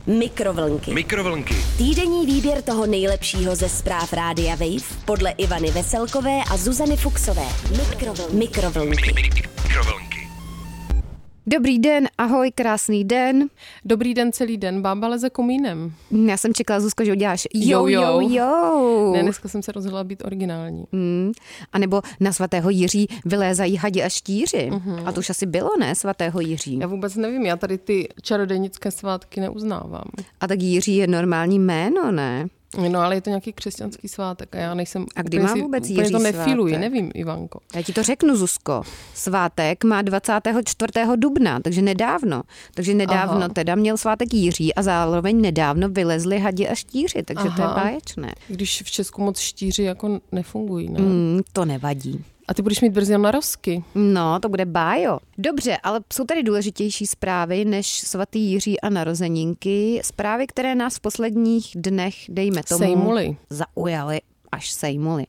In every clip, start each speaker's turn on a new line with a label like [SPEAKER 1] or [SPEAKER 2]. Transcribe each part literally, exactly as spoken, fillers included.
[SPEAKER 1] Mikrovlnky.
[SPEAKER 2] Mikrovlnky.
[SPEAKER 1] Týdenní výběr toho nejlepšího ze zpráv Rádia Wave podle Ivany Veselkové a Zuzany Fuxové. Mikrovlnky. Mikrovlnky.
[SPEAKER 2] Mikrovlnky.
[SPEAKER 3] Dobrý den, ahoj, krásný den.
[SPEAKER 4] Dobrý den celý den, bába leze komínem.
[SPEAKER 3] Já jsem čekala, Zuzko, že uděláš jo, jo, jo.
[SPEAKER 4] Ne, dneska jsem se rozhodla být originální.
[SPEAKER 3] Mm. A nebo na svatého Jiří vylézají hadi a štíři. Mm-hmm. A to už asi bylo, ne, svatého Jiří?
[SPEAKER 4] Já vůbec nevím, já tady ty čarodějnické svátky neuznávám.
[SPEAKER 3] A tak Jiří je normální jméno, ne?
[SPEAKER 4] No, ale je to nějaký křesťanský svátek a já nejsem...
[SPEAKER 3] A kdy má vůbec
[SPEAKER 4] Jiří
[SPEAKER 3] Jiří
[SPEAKER 4] to nefiluji,
[SPEAKER 3] svátek?
[SPEAKER 4] nevím, Ivanko.
[SPEAKER 3] Já ti to řeknu, Zuzko. Svátek má dvacátého čtvrtého dubna, takže nedávno. Takže nedávno Aha. teda měl svátek Jiří a zároveň nedávno vylezli hadi a štíři, takže Aha. to je báječné.
[SPEAKER 4] Když v Česku moc štíři jako nefungují, ne?
[SPEAKER 3] Mm, to nevadí.
[SPEAKER 4] A ty budeš mít brzy narozky.
[SPEAKER 3] No, to bude bájo. Dobře, ale jsou tady důležitější zprávy než svatý Jiří a narozeninky. Zprávy, které nás v posledních dnech, dejme tomu,
[SPEAKER 4] sejmuly.
[SPEAKER 3] zaujaly až sejmuly.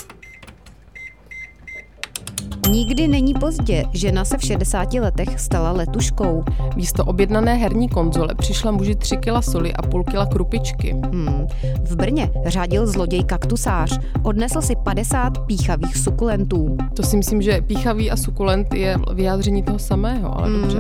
[SPEAKER 3] Nikdy není pozdě. Žena se v šedesáti letech stala letuškou.
[SPEAKER 4] Místo objednané herní konzole přišla muži tři kila soli a půl kila krupičky.
[SPEAKER 3] Hmm. V Brně řádil zloděj kaktusář. Odnesl si padesát píchavých sukulentů.
[SPEAKER 4] To si myslím, že píchavý a sukulent je vyjádření toho samého, ale hmm. dobře.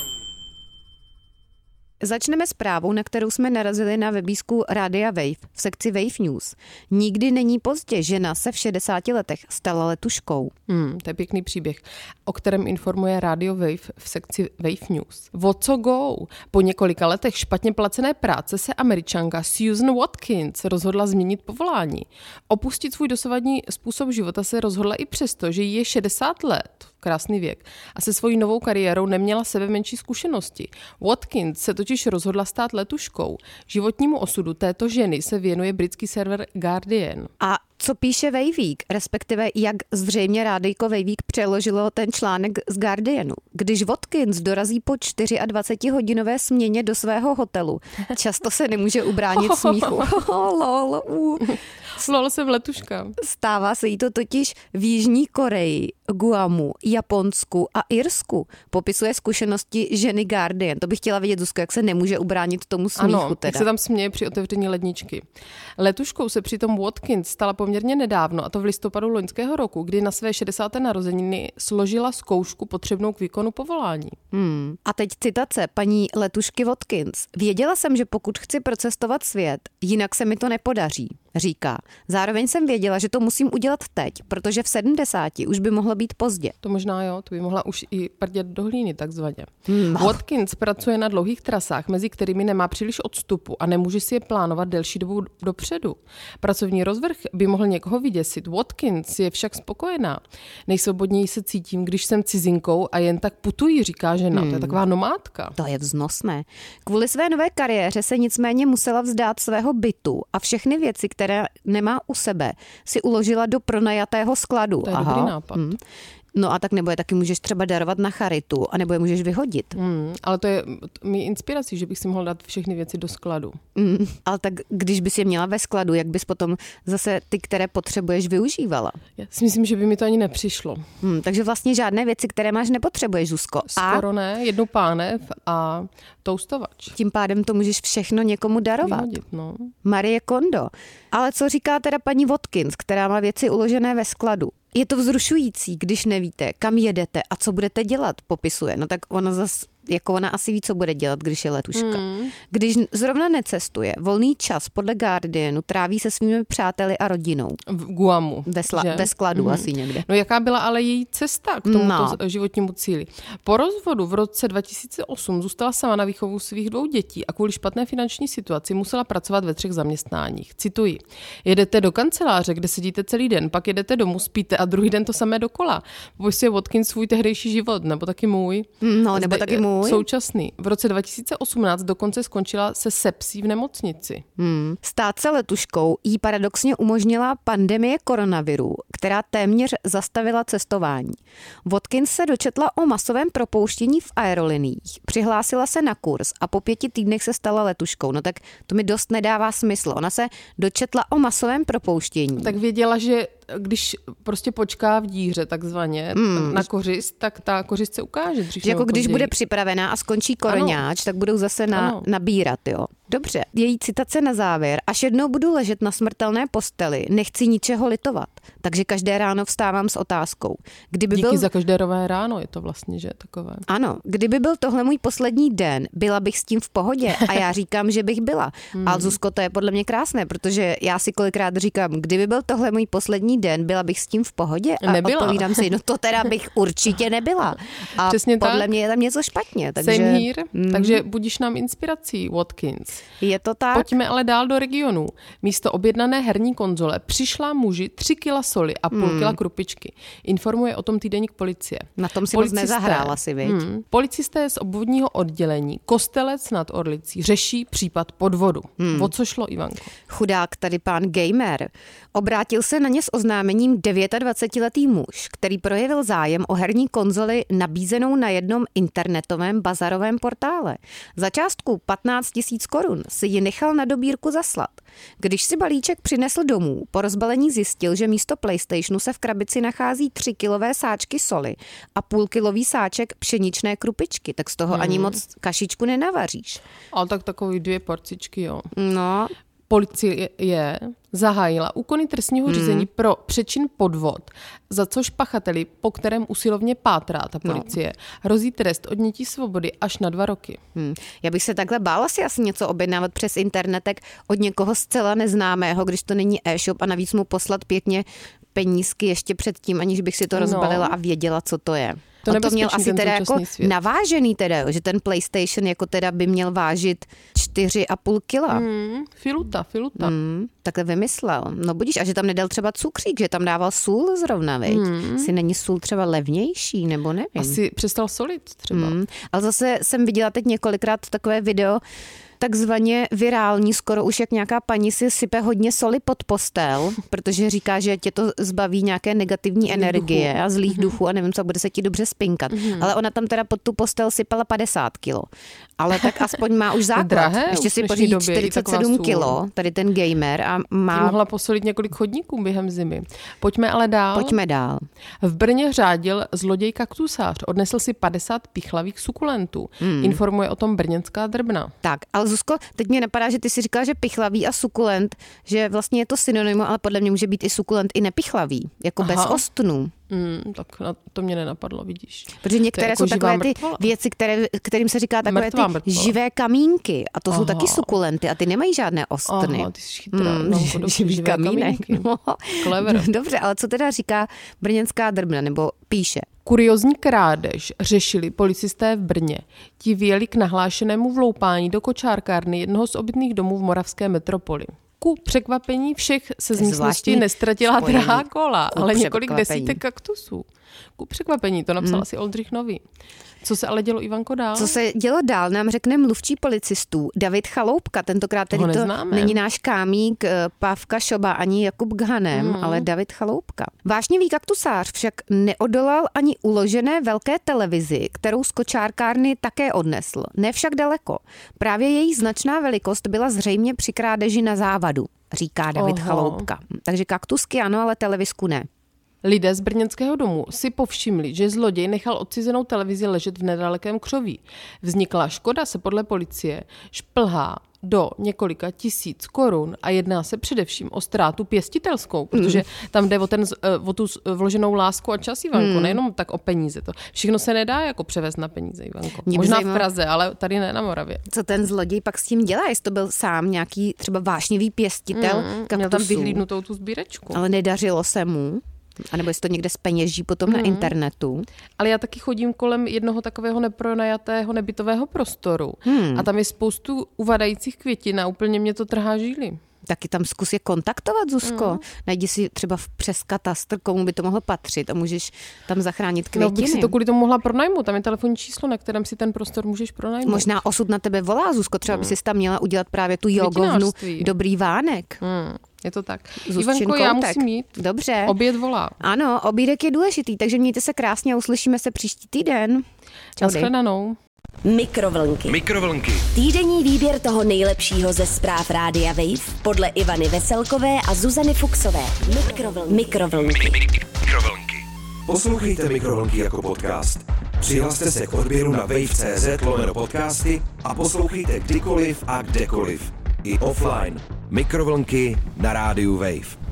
[SPEAKER 3] Začneme zprávou, na kterou jsme narazili na webísku Rádia Wave v sekci Wave News. Nikdy není pozdě. Žena se v šedesáti letech stala letuškou.
[SPEAKER 4] Hmm, to je pěkný příběh, o kterém informuje Radio Wave v sekci Wave News. O co go? Po několika letech špatně placené práce se Američanka Susan Watkins rozhodla změnit povolání. Opustit svůj dosavadní způsob života se rozhodla i přesto, že jí je šedesát let. Krásný věk. A se svojí novou kariérou neměla sebe menší zkušenosti. Watkins se totiž rozhodla stát letuškou. Životnímu osudu této ženy se věnuje britský server Guardian.
[SPEAKER 3] A co píše Waveek, respektive jak zřejmě rádijko Waveek přeložilo ten článek z Guardianu. Když Watkins dorazí po dvacetičtyřhodinové směně do svého hotelu, často se nemůže ubránit smíchu. Lol, uh.
[SPEAKER 4] Lol, jsem letuška.
[SPEAKER 3] Stává se jí to totiž v Jižní Koreji, Guamu, Japonsku a Irsku. Popisuje zkušenosti ženy Guardian. To bych chtěla vědět, Zuzko, jak se nemůže ubránit tomu smíchu.
[SPEAKER 4] Ano,
[SPEAKER 3] teda.
[SPEAKER 4] Jak se tam směje při otevření ledničky. Letuškou se přitom Watkins stala poměrně nedávno, a to v listopadu loňského roku, kdy na své šedesáté narozeniny složila zkoušku potřebnou k výkonu povolání.
[SPEAKER 3] Hmm. A teď citace paní letušky Watkins. Věděla jsem, že pokud chci procestovat svět, jinak se mi to nepodaří, říká. Zároveň jsem věděla, že to musím udělat teď, protože v sedmdesáti už by mohlo být pozdě.
[SPEAKER 4] To možná jo, to by mohla už i prdět do hlíny takzvaně.
[SPEAKER 3] Hmm.
[SPEAKER 4] Watkins pracuje na dlouhých trasách, mezi kterými nemá příliš odstupu a nemůže si je plánovat delší dobu dopředu. Pracovní rozvrh by mohl někoho vyděsit. Watkins je však spokojená. Nejsvobodněji se cítím, když jsem cizinkou a jen tak putuji, říká žena. Hmm. To je taková nomádka.
[SPEAKER 3] To je vznosné. Kvůli své nové kariéře se nicméně musela vzdát svého bytu a všechny věci, které nemá u sebe, si uložila do pronajatého skladu.
[SPEAKER 4] To je
[SPEAKER 3] Aha.
[SPEAKER 4] dobrý nápad.
[SPEAKER 3] Hmm. No a tak nebo je taky můžeš třeba darovat na charitu, anebo je můžeš vyhodit.
[SPEAKER 4] Mm, ale to je mi inspirací, že bych si mohla dát všechny věci do skladu.
[SPEAKER 3] Mm, ale tak když bys je měla ve skladu, jak bys potom zase ty, které potřebuješ, využívala?
[SPEAKER 4] Já si myslím, že by mi to ani nepřišlo.
[SPEAKER 3] Mm, takže vlastně žádné věci, které máš, nepotřebuješ, Zuzko.
[SPEAKER 4] Skoro a... ne, jednu pánev a toustovač.
[SPEAKER 3] Tím pádem to můžeš všechno někomu darovat.
[SPEAKER 4] Vyhodit, no.
[SPEAKER 3] Marie Kondo. Ale co říká teda paní Watkins, která má věci uložené ve skladu? Je to vzrušující, když nevíte, kam jedete a co budete dělat, popisuje. No tak ona zase, jako ona asi ví, co bude dělat, když je letuška. Mm. Když zrovna necestuje, volný čas podle Guardianu tráví se svými přáteli a rodinou.
[SPEAKER 4] V Guamu.
[SPEAKER 3] Ve, sla- ve skladu mm. asi někde.
[SPEAKER 4] No jaká byla ale její cesta k tomuto
[SPEAKER 3] no.
[SPEAKER 4] životnímu cíli? Po rozvodu v roce dva tisíce osm zůstala sama na výchovu svých dvou dětí a kvůli špatné finanční situaci musela pracovat ve třech zaměstnáních. Cituji. Jedete do kanceláře, kde sedíte celý den, pak jedete domů, spíte a druhý den to samé dokola. Popisuje Watkins svůj tehdejší život, nebo taky můj.
[SPEAKER 3] No, nebo Zde, taky můj.
[SPEAKER 4] Současný. V roce dva tisíce osmnáct dokonce skončila se sepsí v nemocnici.
[SPEAKER 3] Hmm. Stát se letuškou jí paradoxně umožnila pandemie koronaviru, která téměř zastavila cestování. Watkins se dočetla o masovém propouštění v aeroliniích, přihlásila se na kurz a po pěti týdnech se stala letuškou. No tak to mi dost nedává smysl. Ona se dočetla o masovém propouštění.
[SPEAKER 4] Tak věděla, že když prostě počká v díře takzvaně mm. na kořist, tak ta kořist se ukáže dřív.
[SPEAKER 3] Jako když bude připravená a skončí koroňáč, ano. tak budou zase na, nabírat, jo. Dobře, její citace na závěr. Až jednou budu ležet na smrtelné posteli, nechci ničeho litovat. Takže každé ráno vstávám s otázkou. Kdyby
[SPEAKER 4] Díky
[SPEAKER 3] byl...
[SPEAKER 4] za každé rové ráno je to vlastně, že takové.
[SPEAKER 3] Ano, kdyby byl tohle můj poslední den, byla bych s tím v pohodě a já říkám, že bych byla. Hmm. Ale Zuzko, to je podle mě krásné, protože já si kolikrát říkám, kdyby byl tohle můj poslední den, byla bych s tím v pohodě a
[SPEAKER 4] nebyla.
[SPEAKER 3] Odpovídám si, no to teda bych určitě nebyla. A
[SPEAKER 4] přesně
[SPEAKER 3] podle
[SPEAKER 4] tak.
[SPEAKER 3] mě je tam něco špatně. Takže...
[SPEAKER 4] Same here,
[SPEAKER 3] mm.
[SPEAKER 4] takže budíš nám inspirací, Watkins.
[SPEAKER 3] Je to tak?
[SPEAKER 4] Pojďme ale dál do regionu. Místo objednané herní konzole přišla muži tři kila soli a půl
[SPEAKER 3] Hmm.
[SPEAKER 4] kila krupičky. Informuje o tom týdeník policie.
[SPEAKER 3] Na tom si moc nezahrála si, viď?
[SPEAKER 4] Hmm, policisté z obvodního oddělení Kostelec nad Orlicí řeší případ podvodu. Hmm. O co šlo, Ivanko?
[SPEAKER 3] Chudák tady pán gamer. Obrátil se na ně s oznámením dvacetidevítiletý muž, který projevil zájem o herní konzoli nabízenou na jednom internetovém bazarovém portále. Za částku patnáct tisíc korun si ji nechal na dobírku zaslat. Když si balíček přinesl domů, po rozbalení zjistil, že místo PlayStationu se v krabici nachází tři kilové sáčky soli a půlkilový sáček pšeničné krupičky, tak z toho hmm. ani moc kašičku nenavaříš.
[SPEAKER 4] Ale tak takový dvě porcičky, jo.
[SPEAKER 3] No...
[SPEAKER 4] Policie je zahájila úkony trestního hmm. řízení pro přečin podvod, za což pachateli, po kterém usilovně pátrá ta policie, no. hrozí trest odnětí svobody až na dva roky.
[SPEAKER 3] Hmm. Já bych se takhle bála si asi něco objednávat přes internetek od někoho zcela neznámého, když to není e-shop a navíc mu poslat pěkně penízky ještě předtím, aniž bych si to rozbalila no. a věděla, co to je.
[SPEAKER 4] To,
[SPEAKER 3] On to měl asi teda jako
[SPEAKER 4] svět.
[SPEAKER 3] navážený teda, že ten PlayStation jako teda by měl vážit čtyři a půl kila.
[SPEAKER 4] Mm, filuta, filuta.
[SPEAKER 3] Mm, takhle vymyslel. No budíš, a že tam nedal třeba cukřík, že tam dával sůl zrovna, viď? Mm. Si není sůl třeba levnější, nebo nevím.
[SPEAKER 4] Asi přestal solit třeba.
[SPEAKER 3] Mm, ale zase jsem viděla teď několikrát takové video, takzvaně virální, skoro už jak nějaká paní si sype hodně soli pod postel, protože říká, že tě to zbaví nějaké negativní energie duchu. a zlých mm-hmm. duchů a nevím co, bude se ti dobře spinkat. Mm-hmm. Ale ona tam teda pod tu postel sypala padesát kilo. Ale tak aspoň má už základ.
[SPEAKER 4] Drahé,
[SPEAKER 3] ještě si pořídí čtyřicet sedm kilo, tady ten gamer a má...
[SPEAKER 4] Ty mohla posolit několik chodníků během zimy. Pojďme ale dál.
[SPEAKER 3] Pojďme dál.
[SPEAKER 4] V Brně řádil zloděj kaktusář. Odnesl si padesát pichlavých sukulentů. Hmm. Informuje o tom brněnská Drbna.
[SPEAKER 3] Tak, ale Zuzko, teď mě napadá, že ty si říkala, že pichlavý a sukulent, že vlastně je to synonymum, ale podle mě může být i sukulent i nepichlavý, jako Aha. bez ostnů.
[SPEAKER 4] Mm, tak na, to mě nenapadlo, vidíš.
[SPEAKER 3] Protože některé
[SPEAKER 4] jako
[SPEAKER 3] jsou takové ty
[SPEAKER 4] mrtvola.
[SPEAKER 3] věci, které, kterým se říká takové
[SPEAKER 4] Mrtvá
[SPEAKER 3] ty
[SPEAKER 4] mrtvola.
[SPEAKER 3] živé kamínky. A to
[SPEAKER 4] Aha.
[SPEAKER 3] jsou taky sukulenty a ty nemají žádné ostny.
[SPEAKER 4] Aha, ty jsi chytrá.
[SPEAKER 3] Mm,
[SPEAKER 4] no,
[SPEAKER 3] živý kamínek. No.
[SPEAKER 4] Clever.
[SPEAKER 3] Dobře, ale co teda říká brněnská Drbna, nebo píše?
[SPEAKER 4] Kuriozní krádež řešili policisté v Brně. Ti vyjeli k nahlášenému vloupání do kočárkárny jednoho z obytných domů v moravské metropoli. Ku překvapení všech se z místnosti nestratila drahá kola, ale několik desítek kaktusů. Ku překvapení, to napsal hmm. asi Oldřich Nový. Co se ale dělo, Ivanko, dál?
[SPEAKER 3] Co se dělo dál, nám řekne mluvčí policistů David Chaloupka, tentokrát tedy to není náš kámík Pavka Šoba ani Jakub Ghanem, hmm. ale David Chaloupka. Vášnivý kaktusář však neodolal ani uložené velké televizi, kterou z kočárkárny také odnesl. Ne však daleko. Právě její značná velikost byla zřejmě při krádeži na závadu, říká David Oho. Chaloupka. Takže kaktusky ano, ale televizku ne.
[SPEAKER 4] Lidé z brněnského domu si povšimli, že zloděj nechal odcizenou televizi ležet v nedalekém křoví. Vzniklá škoda se podle policie šplhá do několika tisíc korun a jedná se především o ztrátu pěstitelskou, protože mm. tam jde o, ten, o tu vloženou lásku a čas, Ivanko, mm. nejenom tak o peníze. To všechno se nedá jako převést na peníze, Ivanko. Možná zajímavé, v Praze, ale tady ne na Moravě.
[SPEAKER 3] Co ten zloděj pak s tím dělá? Jestli to byl sám nějaký třeba vášnivý pěstitel mm. kaktusů.
[SPEAKER 4] Měl tam vyhlídnutou tu sbírečku.
[SPEAKER 3] Ale nedařilo se mu. A nebo jestli to někde zpeněží potom mm. na internetu.
[SPEAKER 4] Ale já taky chodím kolem jednoho takového nepronajatého nebytového prostoru. Mm. A tam je spoustu uvadajících květin a úplně mě to trhá žíly.
[SPEAKER 3] Taky tam zkus je kontaktovat, Zuzko. Mm. Najdi si třeba přes katastr, komu by to mohlo patřit a můžeš tam zachránit květiny.
[SPEAKER 4] No, bych si to kvůli tomu mohla pronajmout. Tam je telefonní číslo, na kterém si ten prostor můžeš pronajmout.
[SPEAKER 3] Možná osud na tebe volá, Zuzko. Třeba mm. by si tam měla udělat právě tu jogovnu Dobrý vánek.
[SPEAKER 4] Mm. Je to tak.
[SPEAKER 3] Zuzčin
[SPEAKER 4] Ivanko, já musím jít.
[SPEAKER 3] Dobře.
[SPEAKER 4] Oběd volá.
[SPEAKER 3] Ano, obídek je důležitý, takže mějte se krásně a uslyšíme se příští týden. Čau.
[SPEAKER 4] Nashledanou.
[SPEAKER 1] Mikrovlnky.
[SPEAKER 2] Mikrovlnky.
[SPEAKER 1] Týdenní výběr toho nejlepšího ze zpráv Rádia Wave podle Ivany Veselkové a Zuzany Fuxové. Mikrovlnky. Mikrovlnky.
[SPEAKER 2] Mikrovlnky. Poslouchejte Mikrovlnky jako podcast. Přihlaste se k odběru na wave tečka cé zet lomeno podcasty a poslouchejte kdykoliv a kdekoliv. I offline. Mikrovlnky na rádiu Wave.